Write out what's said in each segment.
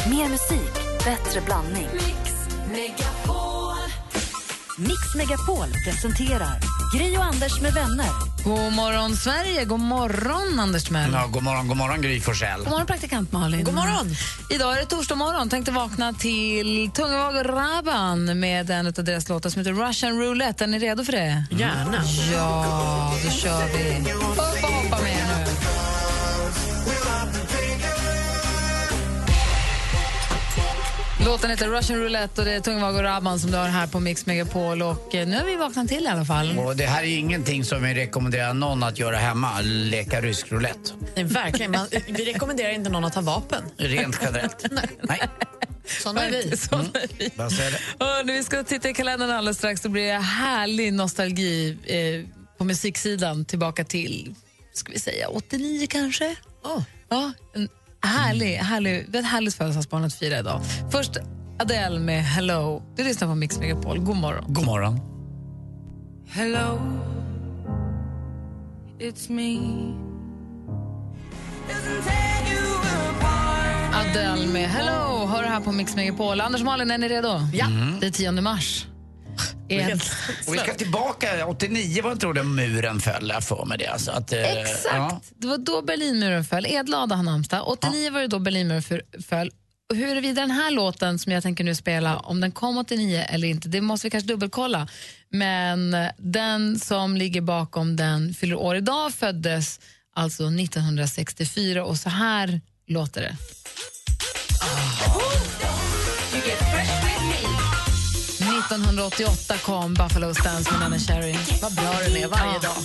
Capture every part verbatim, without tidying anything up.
Mer musik, bättre blandning. Mix Megapol. Mix Megapol presenterar Gry och Anders med vänner. God morgon Sverige, god morgon Anders Timell. Ja, god morgon, god morgon Gry Forssell. God morgon praktikant Malin. God morgon. Idag är det torsdag morgon, tänkte vakna till Tungvåg och Raban med en av deras låtar som heter Russian Roulette. Är ni redo för det? Gärna. Ja, då kör vi. Upp och hoppa med nu. Låten heter Russian Roulette och det är Tungvåg och Raban som du har här på Mix Megapol. Och nu har vi vaknat till i alla fall. Och det här är ingenting som vi rekommenderar någon att göra hemma, leka rysk roulette. Nej, verkligen, man, vi rekommenderar inte någon att ha vapen. Rent generellt. Nej. Såna är vi. Såna är vi. Vad säger det? Och när vi ska titta i kalendern alldeles strax så blir det härlig nostalgi eh, på musiksidan tillbaka till, ska vi säga, åttionio kanske? Oh. Ja, en härlig, härlig, det är ett härligt födelsedagsbarn att fira idag. Först Adele med Hello. Du lyssnar på Mix Megapol. God morgon. God morgon. Hello, it's me. Adele med Hello. Hör här på Mix Megapol. Anders Malin, är ni redo? Ja. Mm. Det är tionde mars. En... Och vi ska tillbaka, åttionio var inte då den muren föll, jag för mig det. Alltså att, eh, Exakt, ja. det var då Berlinmuren föll. Edlada har namnsdag. åttionio ja. var det då Berlinmuren föll. Och huruvida den här låten som jag tänker nu spela, om den kom åttionio eller inte, det måste vi kanske dubbelkolla. Men den som ligger bakom den fyller år idag föddes alltså nittonhundrasextiofyra och så här låter det. nittonhundraåttioåtta kom Buffalo Stance med Nanna Cherry. Vad bra den är varje dag.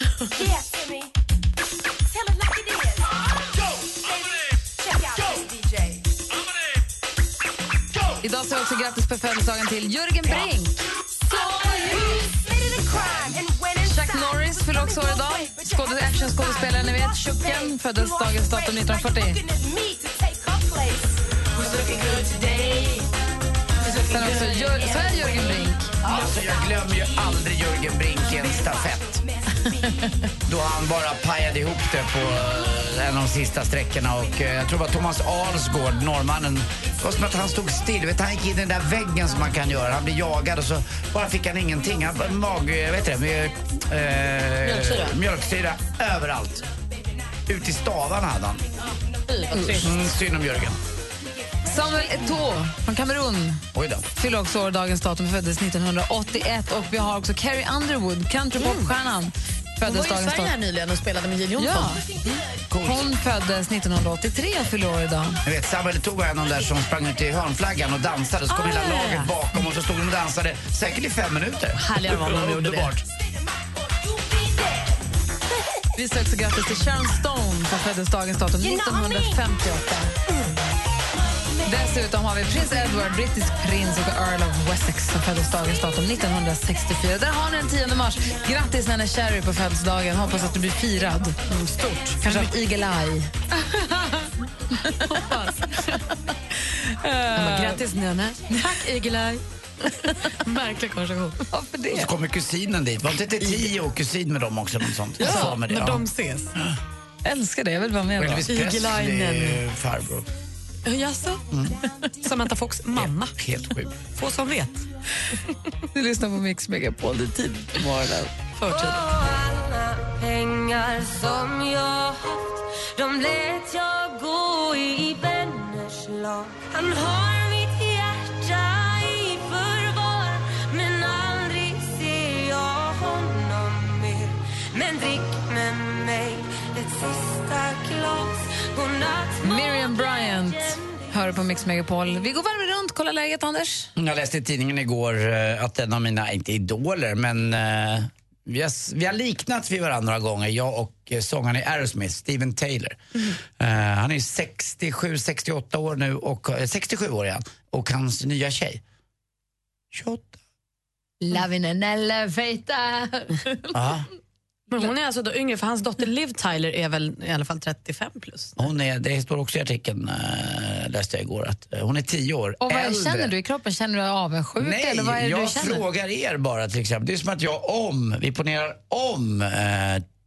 Idag så också grattis på födelsedagen till Jörgen Brink. Chuck Norris fyller också år idag. Skådes, actionskådespelaren, ni vet, Chucken, föddes dagens datum nittonhundrafyrtio. Sen också, Jör, så är Jörgen Brink. Alltså jag glömmer ju aldrig Jörgen Brink i en stafett. Då han bara pajade ihop det på en av de sista sträckorna. Och jag tror det var Thomas Alsgaard, norrmannen. Det var som att han stod still. Vet, han gick in i den där väggen som man kan göra. Han blev jagad och så bara fick han ingenting. Han mag, vet du det, med, eh, mjölksyra. mjölksyra överallt. Ut i stavarna hade han. Mm, synd om Jörgen. Samuel Eto'o från Kamerun fyller också år, dagens datum, föddes nittonhundraåttioett. Och vi har också Carrie Underwood, countrypopstjärnan. Mm. Föddes Hon var i dagens Sverige här nyligen och spelade med Jill Johnson. Ja. Hon föddes nittonhundraåttiotre och fyller år idag. Jag vet, Samuel Eto'o var en av de där som sprang ut i hörnflaggan och dansade. Så kom ah, hela ja. laget bakom och så stod de och dansade säkert i fem minuter. Härligare var de gjorde det. Vi säger också grattis till Sharon Stone som föddes dagens datum nittonhundrafemtioåtta. Dessutom har vi prins Edward, brittisk prins, och Earl of Wessex som föddes dagens datum nittonhundrasextiofyra. Där har ni den tionde mars. Grattis Nanna Cherry på födelsedagen. Hoppas att du blir firad. Mm, stort. Kanske av Eagle Eye. Hoppas. uh, grattis Nanna. Tack Eagle Eye. Märklig konversation. Varför det? Och så kommer kusinen dit. Var inte det tio och kusin med dem också? Något sånt. Ja, med det, när ja. de ses. Älskar det, jag vill vara med. Elvis Presley, farbror. Jaså? Mm. Samantha Fox mamma. Helt, helt sjukt. Få som vet. Du lyssnar på Mix Megapol, det är tid på morgonen. Förtid. Alla pengar som jag haft, de lät jag gå i vänners lag. Han har mitt hjärta i förvar, men aldrig ser jag honom mer. Men drick med mig ett sista glas. Miriam Bryant hör på Mix Megapol. Vi går varv runt, kolla läget, Anders. Jag läste i tidningen igår uh, att en av mina, inte idoler, men uh, vi, har, vi har liknat vid varandra några gånger, jag och uh, sångaren i Aerosmith, Steven Taylor. Mm. Uh, han är sextiosju sextioåtta år nu, och uh, sextiosju år igen, och hans nya tjej tjugoåtta. Love in an elevator. Ja. Men hon är alltså då yngre, för hans dotter Liv Tyler är väl i alla fall trettiofem plus. Hon är, det står också i artikeln, äh, läste jag igår, att äh, hon är tio år och vad äldre. Känner du i kroppen? Känner du avundsjuka? Nej, eller vad är det jag du känner? frågar er bara till exempel. Det är som att jag om, vi ponerar om äh,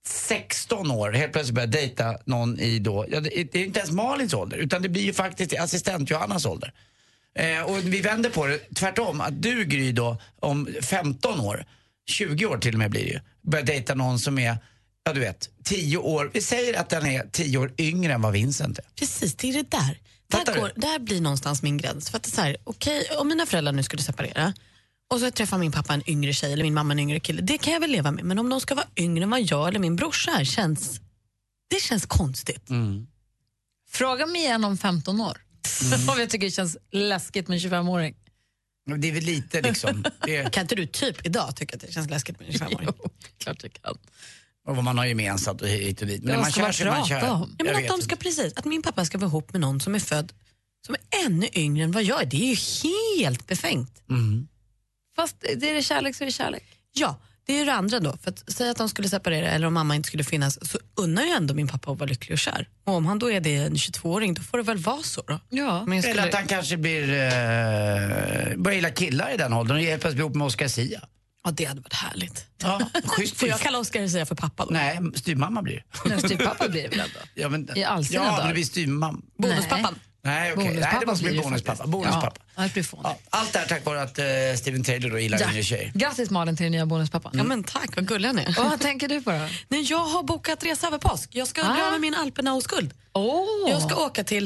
sexton år helt plötsligt börjar dejta någon i då, ja, det, det är inte ens Malins ålder utan det blir ju faktiskt assistent Johannas ålder. Eh, och vi vänder på det, tvärtom, att du Gry då om femton år, tjugo år till och med blir det ju, börjar dejta någon som är, ja du vet, tio år, vi säger att den är tio år yngre än vad Vincent är. Precis, det är det där. Där, går, där blir någonstans min gräns. För att det är så här, okej, om mina föräldrar nu skulle separera och så träffar min pappa en yngre tjej eller min mamma en yngre kille, det kan jag väl leva med. Men om de ska vara yngre än vad jag eller min brorsa är, känns, det känns konstigt. Mm. Fråga mig igen om femton år. Mm. Om jag tycker det känns läskigt med en tjugofem-åring. Det är väl lite liksom. Det... Kan inte du typ idag tycka att det känns läskigt med en tjugofem-åring? Jo, klart jag kan. Och vad man har gemensamt och hit och dit. Men jag man ska kör, bara man prata kör. om. Ja, men att de ska precis, att min pappa ska vara ihop med någon som är född som är ännu yngre än vad jag är, det är ju helt befängt. Mm. Fast det är det kärlek så är det kärlek. Ja, det är ju det andra då. För att säga att de skulle separera eller om mamma inte skulle finnas, så unnar ju ändå min pappa att vara lycklig och kär. Och om han då är det en tjugotvååring, då får det väl vara så då. Ja. Men jag skulle... Eller att han kanske blir, uh, börjar gilla killar i den åldern och hjälpas att bli ihop med Oscar Sia. Ja, det hade varit härligt. Ja, schysst. Får jag kalla Oscar Sia för pappa då? Nej, styrmamma blir det. Men styvpappa blir det väl ändå? Ja, men, I all sina ja, dagar. men det blir styrmamma. Bonuspappan? Nej, okej. Okay. Nej, det måste bli bonuspappa. Bonuspappa. Ja, det blir ja, allt det här tack vare att uh, Steven Taylor då gillar ja. yngre tjejer. Grattis Malin till den nya bonuspappa. Mm. Ja men tack, vad gullig han är. Och vad tänker du på då? Nej, jag har bokat resa över påsk. Jag ska ah. med min Alperna och skuld. Oh. Jag ska åka till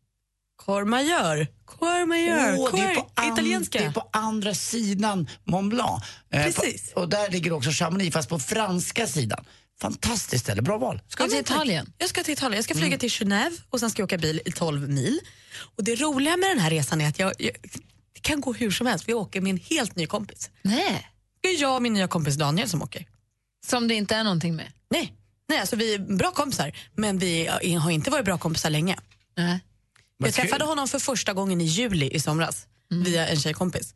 Courmayeur. Courmayeur. Oh, Cour... Italienska. Det är på andra sidan Mont Blanc. Precis. Eh, på, och där ligger också Chamonix fast på franska sidan. Fantastiskt ställe, bra val. Ska du till Italien? Jag ska till Italien. Jag ska flyga mm. till Genève och sen ska jag åka bil i tolv mil. Och det roliga med den här resan är att jag, jag det kan gå hur som helst. Vi åker med en helt ny kompis. Nej. Det är jag och min nya kompis Daniel som åker. Som det inte är någonting med? Nej, Nej alltså vi är bra kompisar. Men vi har inte varit bra kompisar länge. Nej. Jag träffade kul. honom för första gången i juli i somras. Mm. Via en tjejkompis.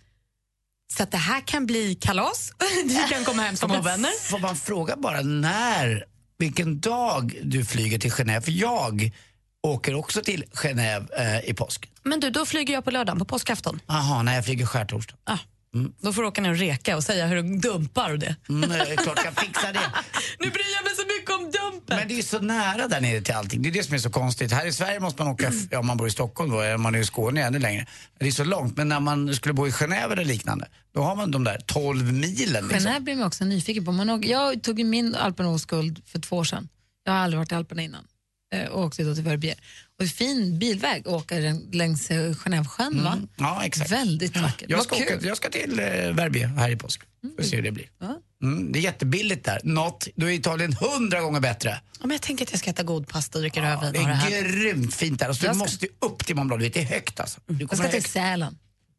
Så att det här kan bli kalas. Vi kan komma hem som vänner. Får man fråga bara när, vilken dag du flyger till Genève? För jag åker också till Genève eh, i påsk. Men du, då flyger jag på lördagen, på påskafton. Jaha, när jag flyger skärtorsdag. Ah. Mm. Då får du åka ner och reka och säga hur du dumpar och det. Mm, klart jag fixar det. Nu bryr jag mig så mycket om dumpen. Men det är så nära där nere till allting. Det är det som är så konstigt. Här i Sverige måste man åka, mm. ja, om man bor i Stockholm då, eller man är i Skåne ännu längre. Det är så långt, men när man skulle bo i Genève eller liknande, då har man de där tolv milen. Liksom. Genève blir man också nyfiken på. Man åker, jag tog ju min Alperna-skuld för två år sedan. Jag har aldrig varit i Alperna innan. Och åkte då till Verbier. Och en fin bilväg åker längs Genèvesjön, va? Mm. Ja, exakt. Väldigt vackert. Jag Vad ska, kul. åka, jag ska till eh, Verbier här i påsk. Får se hur det blir. Ja. Mm, det är jättebilligt där. Något, då är Italien hundra gånger bättre. Ja, men jag tänker att jag ska äta god pasta och dricka Ja, rödvin. det är det grymt fint där. Alltså, du ska... måste ju upp till Mont Blanc. Du vet, det är högt alltså. Du jag ska till högt. Sälen.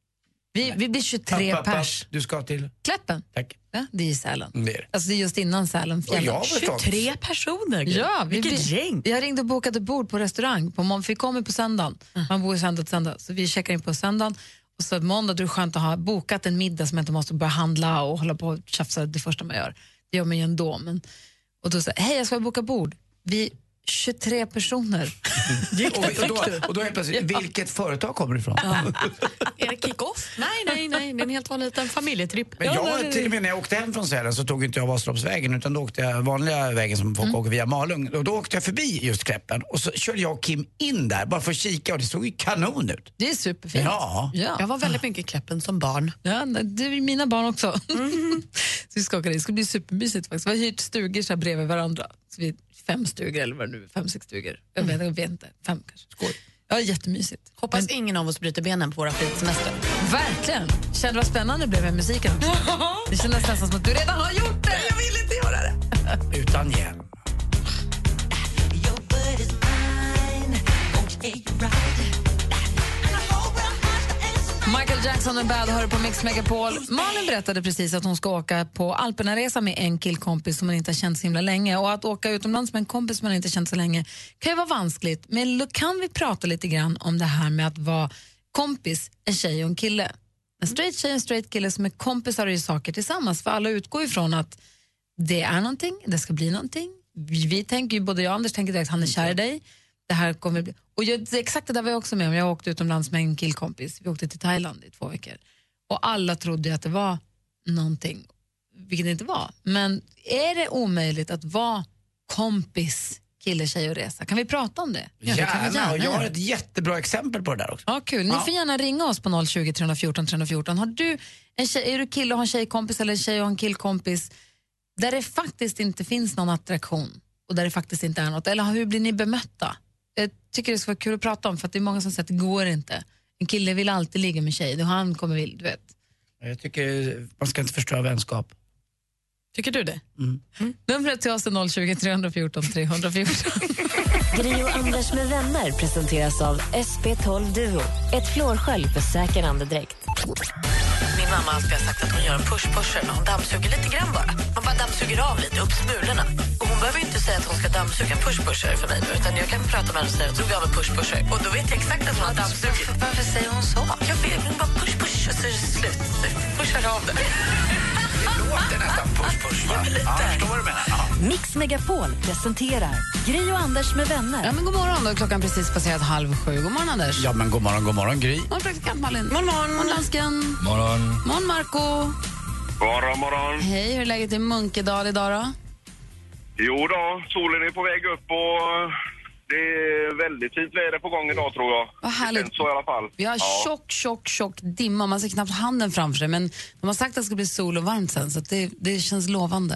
Vi, vi blir tjugotre App, app, app. pers. Du ska till? Kläppen. Tack. Ja, det är i Sälen. Det är det. Alltså det är just innan Sälen. Och jag har förstått. tjugotre personer. Ja, vi, vilket vi, gäng. Jag ringde och bokade bord på restaurang. På mån, vi kommer på söndagen. Man bor i söndag till söndag. Så vi checkar in på söndagen. Och så måndag då är det skönt att ha bokat en middag som jag inte måste börja handla och hålla på och tjafsa det första man gör. Det gör man ju ändå. Men, och då sa hej jag ska boka bord. Vi tjugotre personer. och, och, då, och då är plötsligt, vilket företag kommer det ifrån? Ja. Är det kick-off? Nej, nej, nej. Det är en helt vanlig liten familjetripp. Men jag, till och med när jag åkte hem från Sälen så tog inte jag Vasaloppsvägen utan då åkte jag vanliga vägen som folk mm. åker via Malung. Och då åkte jag förbi just Kläppen och så körde jag och Kim in där bara för att kika och det såg ju kanon ut. Det är superfint. Ja. Ja. Jag var väldigt mycket i Kläppen som barn. Ja, det är mina barn också. Mm. Så vi ska åka dit. Det ska bli supermysigt faktiskt. Vi har hyrt stugor så här bredvid varandra. Så vi fem stugor eller vad det nu är, fem, sex stugor. Jag vet, jag vet inte, fem kanske. Skål. Ja, jättemysigt. Hoppas Men... ingen av oss bryter benen på våra skidsemester. Verkligen. Kände vad spännande det blev med musiken. Det kändes nästan som att du redan har gjort det. Jag vill inte göra det. Utan hjälm. Michael Jackson och Bad hör på Mix Megapol. Malin berättade precis att hon ska åka på Alperna-resa med en killkompis som man inte har känt så himla länge. Och att åka utomlands med en kompis som man inte har känt så länge kan ju vara vanskligt. Men kan vi prata lite grann om det här med att vara kompis, en tjej och en kille? En straight tjej och en straight kille som är kompisar och gör saker tillsammans. För alla utgår ifrån att det är någonting, det ska bli någonting. Vi, vi tänker ju, både jag och Anders tänker direkt att han är kär i dig. Det här kommer bli... Och jag, exakt det där var jag också med om. Jag åkte utomlands med en killkompis. Vi åkte till Thailand i två veckor. Och alla trodde att det var någonting, vilket det inte var. Men är det omöjligt att vara kompis, kille, tjej och resa. Kan vi prata om det? Ja, det gärna, kan vi gärna och jag har göra. ett jättebra exempel på det där också. Ja, kul. Ni Ja. får gärna ringa oss på noll tjugo, tre fjorton, tre fjorton. Har du en tjej, är du kille och har en tjejkompis eller en tjej och en killkompis där det faktiskt inte finns någon attraktion och där det faktiskt inte är något? Eller hur blir ni bemötta? Jag tycker det ska vara kul att prata om, för att det är många som säger att det går inte. En kille vill alltid ligga med tjej, och han kommer vill, du vet. Jag tycker man ska inte förstöra vänskap. Tycker du det? Mm. Mm. Numret till oss är noll tjugo, tre fjorton, tre fjorton. Gri och Anders med vänner presenteras av S P tolv Duo. Ett flårskölj för säker andedräkt. Min mamma har alltid sagt att hon gör en push-pusher när hon dammsuger lite grann bara. Man bara dammsuger av lite, upp smulorna. Och hon behöver inte säga att hon ska dammsuga en push-pusher för mig nu, utan jag kan prata med henne och säga att jag drog av en push-pusher. Och då vet jag exakt att hon har dammsugit. Varför säger hon så? Jag vet, hon bara push-push och så är det slut. Så pushar av det. Det låter nästan push-push, va? Ja, jag förstår vad du menar. Ja. Mix Megapol presenterar Gri och Anders med vänner. Ja, men god morgon då. Klockan precis passerat halv sju. God morgon, Anders. Ja, men god morgon, god morgon, Gry. Morgon, praktikant Malin. Morgon, morgon. Morgon, dansken. Morgon. Morgon, Marco. Morgon, morgon. Hej, hur är läget i Munkedal idag då? Jo då, solen är på väg upp och det är väldigt fint väder på gång idag, tror jag. Vad härligt. Det känns så i alla fall. Vi har Ja. tjock, tjock, tjock dimma. Man ser knappt handen framför sig, men de har sagt att det ska bli sol och varmt sen, så att det, det känns lovande.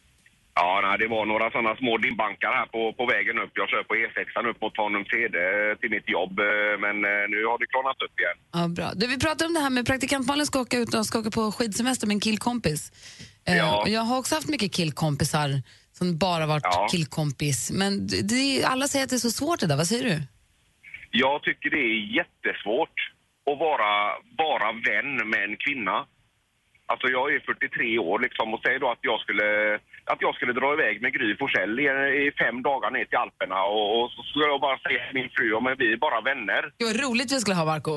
Ja, nej, det var några sådana små dimbankar här på, på vägen upp. Jag kör på E sex upp mot Tanumshede till mitt jobb, men nu har det klarnat upp igen. Ja, bra. Du, vi pratar om det här med praktikant Malin ska åka ut och ska åka på skidsemester med en killkompis. Eh, Ja. och jag har också haft mycket killkompisar som bara varit Ja. killkompis. Men det, alla säger att det är så svårt det där. Vad säger du? Jag tycker det är jättesvårt att vara bara vän med en kvinna. Alltså jag är fyrtiotre år liksom, och säger då att jag skulle, att jag skulle dra iväg med Gry Forssell i, i fem dagar ner till Alperna och, och så skulle jag bara säga till min fru om vi är bara vänner. Det var roligt vi skulle ha, Marco.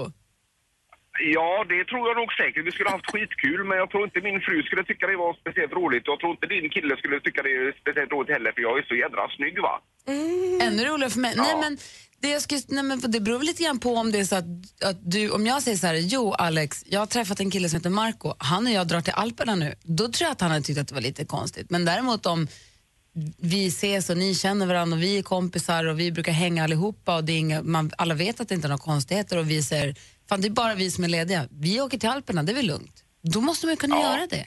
Ja, det tror jag nog säkert. Vi skulle ha haft skitkul, men jag tror inte min fru skulle tycka det var speciellt roligt. Jag tror inte din kille skulle tycka det är speciellt roligt heller, för jag är så jädra snygg, va? Mm. Ännu roligare för mig. Ja. Nej, men det, jag skulle, nej, men det beror väl lite grann på om det är så att, att du, om jag säger så här, jo Alex, jag har träffat en kille som heter Marco, han och jag drar till Alperna nu, då tror jag att han hade tyckt att det var lite konstigt. Men däremot om vi ses och ni känner varandra och vi är kompisar och vi brukar hänga allihopa och det är inga, man, alla vet att det inte är några konstigheter och vi säger, fan det är bara vi som är lediga, vi åker till Alperna, det är väl lugnt. Då måste man ju kunna Ja. göra det.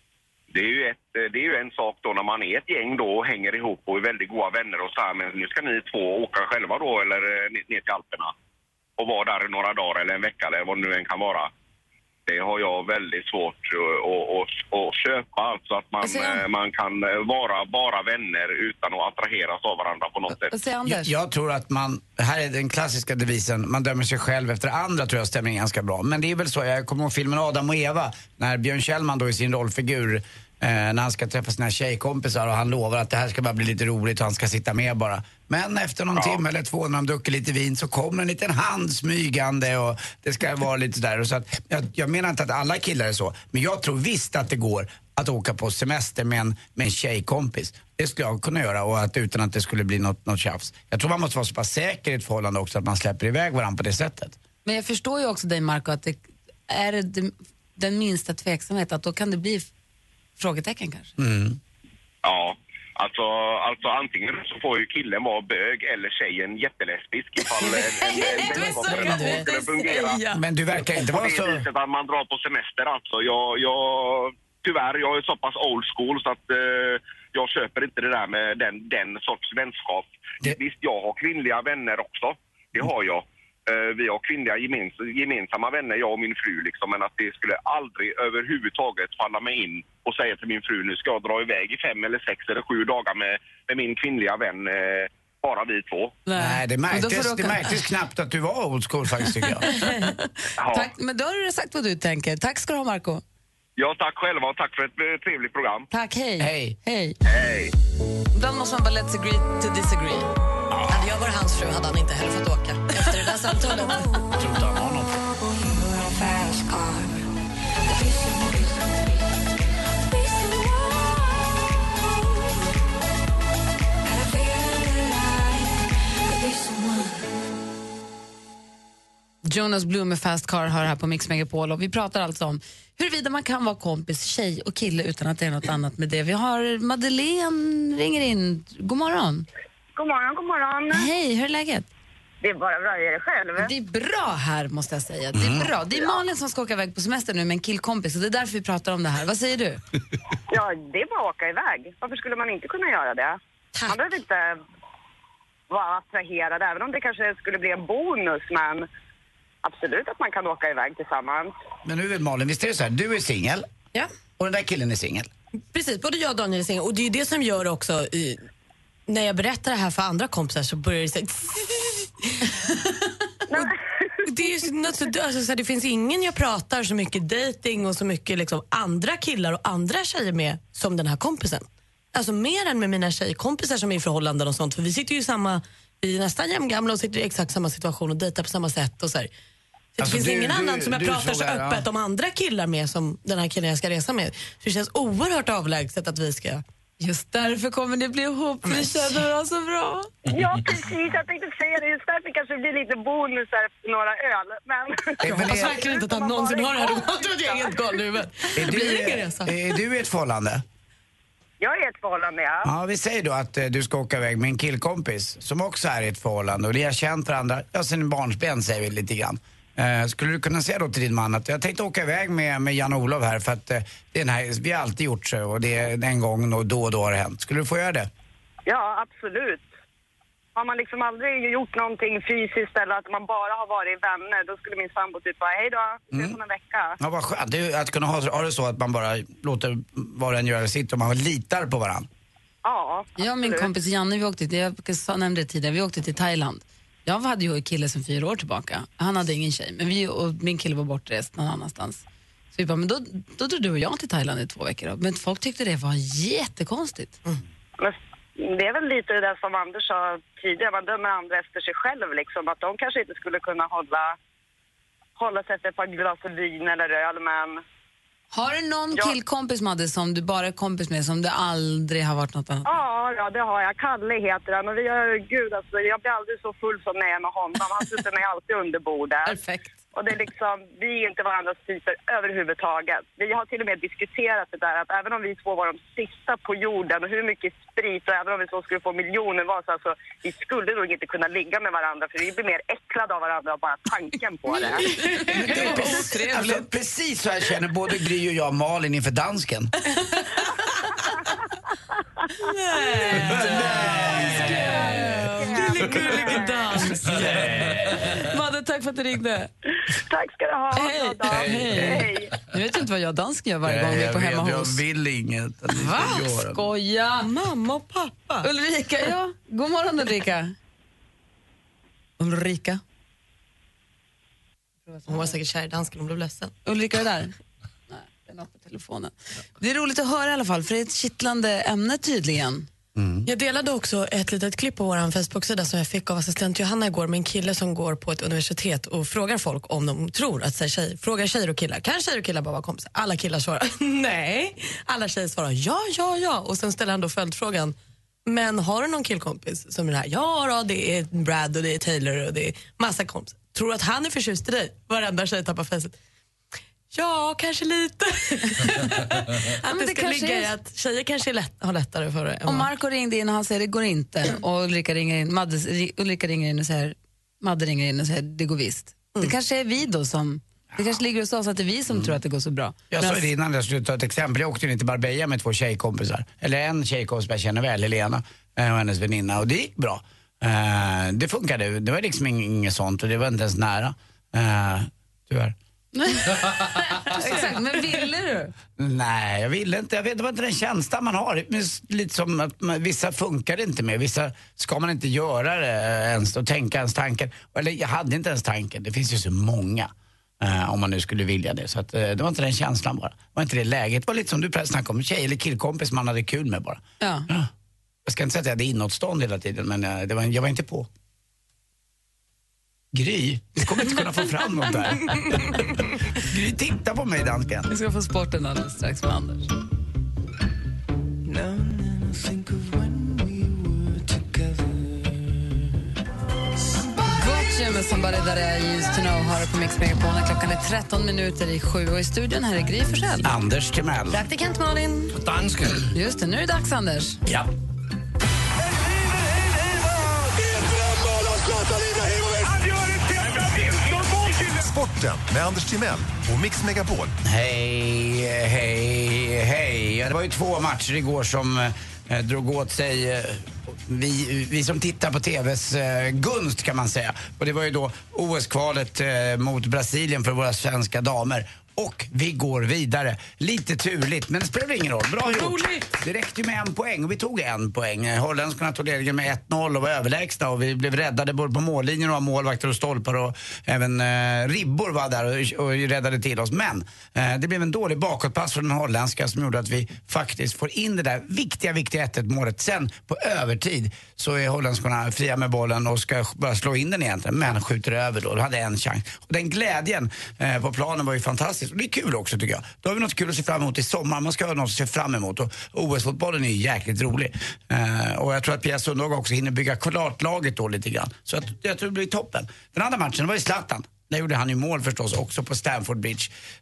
Det är, ju ett, det är ju en sak då när man är ett gäng då och hänger ihop och är väldigt goda vänner och så här, men nu ska ni två åka själva då eller eh, ner till Alperna och vara där i några dagar eller en vecka eller vad det nu än kan vara. Det har jag väldigt svårt att, att, att, att köpa, alltså att man, Vad säger han? eh, man kan vara bara vänner utan att attraheras av varandra på något sätt. Vad säger Jag, Anders? jag tror att man, här är den klassiska devisen, man dömer sig själv efter andra, tror jag stämmer ganska bra. Men det är väl så, jag kommer ihåg filmen Adam och Eva, när Björn Kjellman då i sin rollfigur, Eh, när han ska träffa sina tjejkompisar och han lovar att det här ska bara bli lite roligt och han ska sitta med bara. Men efter någon Ja. timme eller två när de druckit lite vin så kommer en liten hand smygande och det ska vara lite där. Och så att, jag, jag menar inte att alla killar är så, men jag tror visst att det går att åka på semester med en, med en tjejkompis. Det skulle jag kunna göra, och att, utan att det skulle bli något, något tjafs. Jag tror man måste vara så pass säker i ett förhållande också att man släpper iväg varandra på det sättet. Men jag förstår ju också dig, Marco, att det är det, den minsta tveksamhet, att då kan det bli frågetecken kanske. Mm. Ja, alltså, alltså antingen så får ju killen vara bög eller tjejen jättelesbisk ifall en, en, en, en vänskapsrelation skulle fungera. Men du verkar inte På vara det så... viset att man drar på semester alltså. Jag, jag, tyvärr, jag är så pass old school så att eh, jag köper inte det där med den, den sorts vänskap. Det- Visst, jag har kvinnliga vänner också. Det har jag. Eh, vi har kvinnliga gemens, gemensamma vänner, jag och min fru liksom. Men att det skulle aldrig överhuvudtaget falla mig in och säga till min fru, nu ska jag dra iväg i fem eller sex eller sju dagar med, med min kvinnliga vän. Eh, bara vi två. Nej, det Men då får märktes, du åka- det märktes knappt att du var old school faktiskt, tycker jag. Ja. Tack, men då har du sagt vad du tänker. Tack ska du ha, Marco. Ja, tack själva och tack för ett eh, trevligt program. Tack, hej. Hej. Hej. Hej! Ibland måste man bara let's agree to disagree. Hade jag varit hans fru hade han inte heller fått åka efter det där samtalet. Jag tror inte han har något. Jonas Blue med Fast Car hör här på Mix Megapol och vi pratar alltså om huruvida man kan vara kompis, tjej och kille utan att det är något annat med det. Vi har Madeleine ringer in. God morgon. God morgon, god morgon. Hej, hur är läget? Det är bara bra, är det själv? Det är bra här måste jag säga. Det är bra. Det är Malin som ska åka iväg på semester nu med en killkompis och det är därför vi pratar om det här. Vad säger du? Ja, det är bara att åka iväg. Varför skulle man inte kunna göra det? Tack. Man behöver inte vara attraherad, även om det kanske skulle bli en bonus, men absolut att man kan åka iväg tillsammans. Men nu är Malin, visst är det så här, du är singel Ja. och den där killen är singel. Precis, både jag och Daniel är singel. Och det är ju det som gör också, i, när jag berättar det här för andra kompisar så börjar det säga... Det är ju något, så- alltså, så här, det finns ingen jag pratar så mycket dating och så mycket liksom, andra killar och andra tjejer med som den här kompisen. Alltså mer än med mina tjejkompisar som är i förhållanden och sånt. För vi sitter ju i samma, vi är nästan jämngamla och sitter i exakt samma situation och dejtar på samma sätt och så här. Så det Alltså, finns du- ingen du- annan som jag du pratar så frågar, öppet ja. om andra killar med som den här killen jag ska resa med. Så det känns oerhört avlägset att vi ska... Just därför kommer det bli ihop. Vi känner oss så bra. Ja, precis. Jag tänkte säga det. Just därför kanske det blir lite bonusar efter några öl. Men... Jag hoppas verkligen inte att han någonsin har det här. Jag tror att jag är helt galen i huvudet. Är Det blir ingen du, resa. är du i ett förhållande? Jag är i ett förhållande, ja. Ja, vi säger då att eh, du ska åka iväg med en killkompis som också är i ett förhållande och ni har känt varandra, ja sen barnsben säger vi lite grann. Eh, skulle du kunna säga då till din man att jag tänkte åka iväg med, med Jan-Olof här för att eh, det är den här, vi har alltid gjort så och det är en gång och då och då har det hänt. Skulle du få göra det? Ja, absolut. Har man liksom aldrig gjort någonting fysiskt eller att man bara har varit vänner, då skulle min sambo typ bara, hej då, ses om en vecka. Ja, vad skönt. Det är ju att kunna ha, ha det så att man bara låter var och en göra sitt och man litar på varandra. Ja, Jag och min absolut. kompis Janne, vi åkte till, jag sa- nämnde det tidigare, vi åkte till Thailand. Jag hade ju en kille sedan fyra år tillbaka. Han hade ingen tjej, men vi och min kille var bortrest någon annanstans. Så vi bara, men då, då drog du och jag till Thailand i två veckor. Då. Men folk tyckte det var jättekonstigt. Men det är väl lite det där som Anders sa tidigare, man dömer andra efter sig själv liksom, att de kanske inte skulle kunna hålla, hålla sig efter ett par glas vin eller öl, men Har du någon Ja. killkompis, Madde, som du bara är kompis med, som det aldrig har varit något annat? ja, ja, det har jag. Kalle heter han och vi har, gud alltså, jag blir aldrig så full som när jag är med honom. Han slutar mig alltid under bordet. Perfekt. Och det är liksom, vi är inte varandras typer överhuvudtaget. Vi har till och med diskuterat det där att även om vi två var de sista på jorden och hur mycket sprit och även om vi så skulle få miljoner var så alltså, vi skulle nog inte kunna ligga med varandra för vi blir mer äcklade av varandra av bara tanken på det. Men det är precis, alltså, precis så här känner både Gry och jag Malin inför dansken. Gullige dans. Madde, tack för att du ringde. Tack ska du ha. Hej. Bra dag. Hej. Hej. Jag vet inte vad jag och dansken gör varje gång vi är på jag, hemma jag, hos. jag vill inget. Att ni ska Va? göra. Skoja. Mamma och pappa. Ulrika, ja. God morgon Ulrika. Ulrika. Hon var säkert kär i dansken, hon blev ledsen. Ulrika är där? Nej, det är något på telefonen. Det är roligt att höra i alla fall, för det är ett kittlande ämne tydligen. Jag delade också ett litet klipp på vår Facebook-sida som jag fick av assistent Johanna igår med en kille som går på ett universitet och frågar folk om de tror att säga tjej, frågar tjejer och killar. Kan tjejer och killar bara vara kompisar? Alla killar svarar nej. Alla tjejer svarar ja, ja, ja. Och sen ställer han då följdfrågan, men har du någon killkompis som är det här? Ja, då, det är Brad och det är Taylor och det är massa kompisar. Tror du att han är förtjust i dig? Varenda tjej tappar fästet. Ja, kanske lite. att men det, det ska kanske ligga i är- att tjejer kanske är lätt, har lättare för det. än Om vad- Marco ringde in och han säger det går inte och Ulrika ringer in, Madde, Ulrika ringer in och säger, Madde ringer in och säger det går visst. Det kanske är vi då som, det kanske ligger hos oss att det är vi som tror att det går så bra. Jag sa Men- det innan, jag skulle ta ett exempel. Jag åkte ner till Marbella med två tjejkompisar. Eller en tjejkompis jag känner väl, Helena eh, och hennes väninna. Och det gick bra. Eh, det funkade. Det var liksom ing- inget sånt och det var inte ens nära. Eh, tyvärr. Exakt, men ville du? Nej, jag ville inte. Jag vet, det var inte den känslan man har. Men s- lite som att man, vissa funkar det inte med. Vissa ska man inte göra det ens och tänka ens tanken. Eller jag hade inte ens tanken. Det finns ju så många. Eh, om man nu skulle vilja det. Så att, eh, det var inte den känslan bara. Det var inte det läget. Det var lite som du snackade om. Tjej eller killkompis man hade kul med bara. Ja. Ja. Jag ska inte säga att jag hade inåtstånd hela tiden. Men eh, det var, jag var inte på. Gry, du kommer inte kunna få fram något där. Gry, titta på mig dansken. Vi ska få sporten alldeles strax med Anders. Avicii med Somebody That I Used To Know har på Mix Megapol. Klockan är tretton minuter i sju och i studion här är Gry Forssell. Anders Timell. Praktikant Malin. Dansken. Just det, nu är det dags, Anders. Ja. Sporten med Anders Timell och Mix Megapol. Hej, hej, hej. Ja, det var ju två matcher igår som eh, drog åt sig eh, vi, vi som tittar på tvs eh, gunst kan man säga. Och det var ju då O S-kvalet eh, mot Brasilien för våra svenska damer. Och vi går vidare. Lite turligt, men det spelar ingen roll. Bra gjort. Det räckte ju med en poäng och vi tog en poäng. Holländskarna tog ledningen med ett noll och var överlägsna. Och vi blev räddade både på mållinjen och av målvakter och stolpar. Och även eh, ribbor var där och, och räddade till oss. Men eh, det blev en dålig bakåtpass från den holländska som gjorde att vi faktiskt får in det där viktiga, viktiga ett ett målet. Sen på övertid så är holländskarna fria med bollen och ska bara slå in den egentligen. Men skjuter över då. De hade en chans. Och den glädjen eh, på planen var ju fantastisk. Och det är kul också tycker jag. Då har vi något kul att se fram emot i sommar. Man ska ha något att se fram emot. Och O S-fotbollen är ju jäkligt rolig. Uh, och jag tror att Pia Sundhage också hinner bygga klart laget då lite grann. Så att, jag tror det blir toppen. Den andra matchen var i Zlatan. Där gjorde han ju mål förstås också på Stamford Bridge.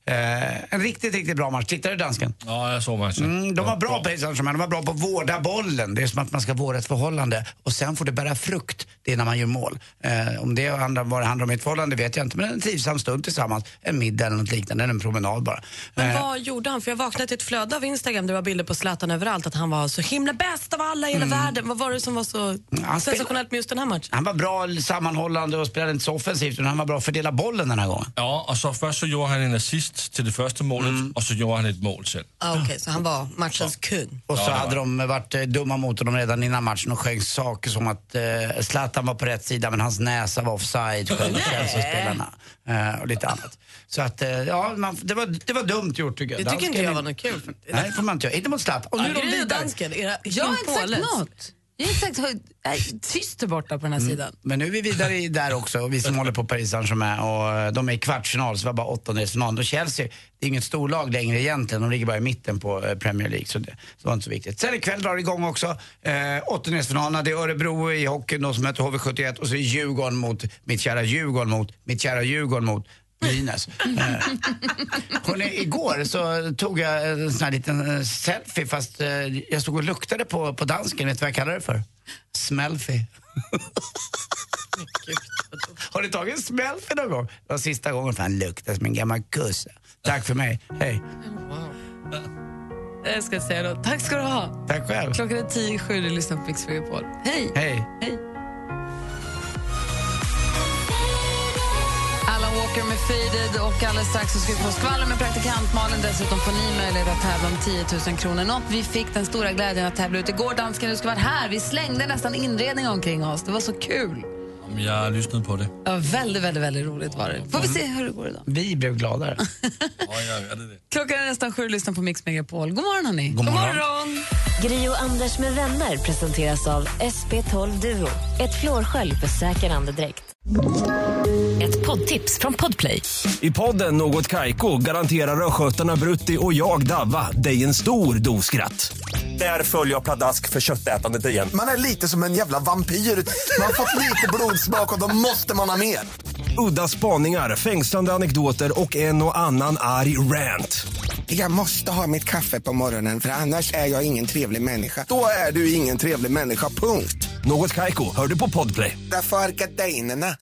Uh, en riktigt, riktigt bra match. Tittade du dansken? Ja, jag såg matchen. Mm, de var bra på Paris Saint-Germain. De var bra på att vårda bollen. Det är som att man ska vårda ett förhållande. Och sen får det bära frukt. Det är när man gör mål. Uh, om det handlar, vad det handlar om ett förhållande vet jag inte. Men en trivsam stund tillsammans. En middag eller något liknande. En promenad bara. Men Uh, vad gjorde han? För jag vaknade till ett flöde av Instagram där det var bilder på Zlatan överallt. Att han var så himla bäst av alla i hela mm. världen. Vad var det som var så sensationellt med just den här matchen? Han var bra sammanhållande och spelade inte så offensivt. Men han var bra att fördela bollen den här gången. Ja, och så först så gjorde han en assist till det första målet mm. och så gjorde han ett mål själv. Ah, Okej, okay, så han var matchens kung. Och så ja, hade de varit eh, dumma mot honom redan innan matchen och sjöng saker som att eh, Zlatan var på rätt sida men hans näsa var offside, sjöng Chelsea-spelarna eh, och lite annat. Så att, eh, ja, man, det, var, det var dumt gjort tycker jag. Det tycker Dansken, inte jag var något kul. Nej, det får man inte göra. Inte mot Zlatan. Och nu är de vidare. Dansken, era, jag har inte sagt något. Jag har inte sagt nej, tyst borta på den här mm. sidan. Men nu är vi vidare där också, vi som håller på Paris Saint-Germain och de är i kvartsfinal så var bara åttondelsfinal. Och Chelsea, det är inget storlag längre egentligen, de ligger bara i mitten på Premier League så det, det var inte så viktigt. Sen ikväll drar det igång också eh, åttondelsfinalerna, det är Örebro i hockeyn då som heter H V sjuttioett och så är Djurgården mot mitt kära Djurgården mot mitt kära Djurgården mot Brynäs. Hörrni, igår så tog jag en sån här liten selfie fast eh, jag stod och luktade på, på dansken. Vet du vad jag kallar det för? Smellfie. Har ni tagit en smellfie någon gång? Det var sista gången för han luktade som en gammal kuss. Tack för mig, hej. Wow. Jag ska säga då, tack ska du ha. Tack själv. Klockan är tio sju, du lyssnar på Mix Megapol. Hej. Hej. Hej. Alan Walker med Faded och alldeles strax så ska vi få skvaller med praktikant Malin. Dessutom får ni möjlighet att tävla om tio tusen kronor. Något vi fick den stora glädjen att tävla ut igår. Dansken, du ska vara här. Vi slängde nästan inredning omkring oss. Det var så kul. Jag lyssnade på det. Ja, väldigt, väldigt, väldigt roligt var det. Får vi se hur det går idag. Vi blev gladare. Ja, jag vet det. Klockan är nästan sju, lyssna på Mix Megapol. God morgon, hörni. God morgon. God morgon. Gry och Anders med vänner presenteras av S P tolv Duo. Ett flårskölj för säker andedräkt. Ett poddtips från Podplay. I podden Något Kaiko garanterar röskötarna Brutti och jag Davva dig en stor doskratt. Där följer jag pladask för köttätandet igen. Man är lite som en jävla vampyr. Man har fått lite blodsmak och då måste man ha mer. Udda spaningar, fängslande anekdoter och en och annan arg rant. Jag måste ha mitt kaffe på morgonen för annars är jag ingen trevlig människa. Då är du ingen trevlig människa, punkt. Något Kaiko, hör du på Podplay. Därför är gardinerna.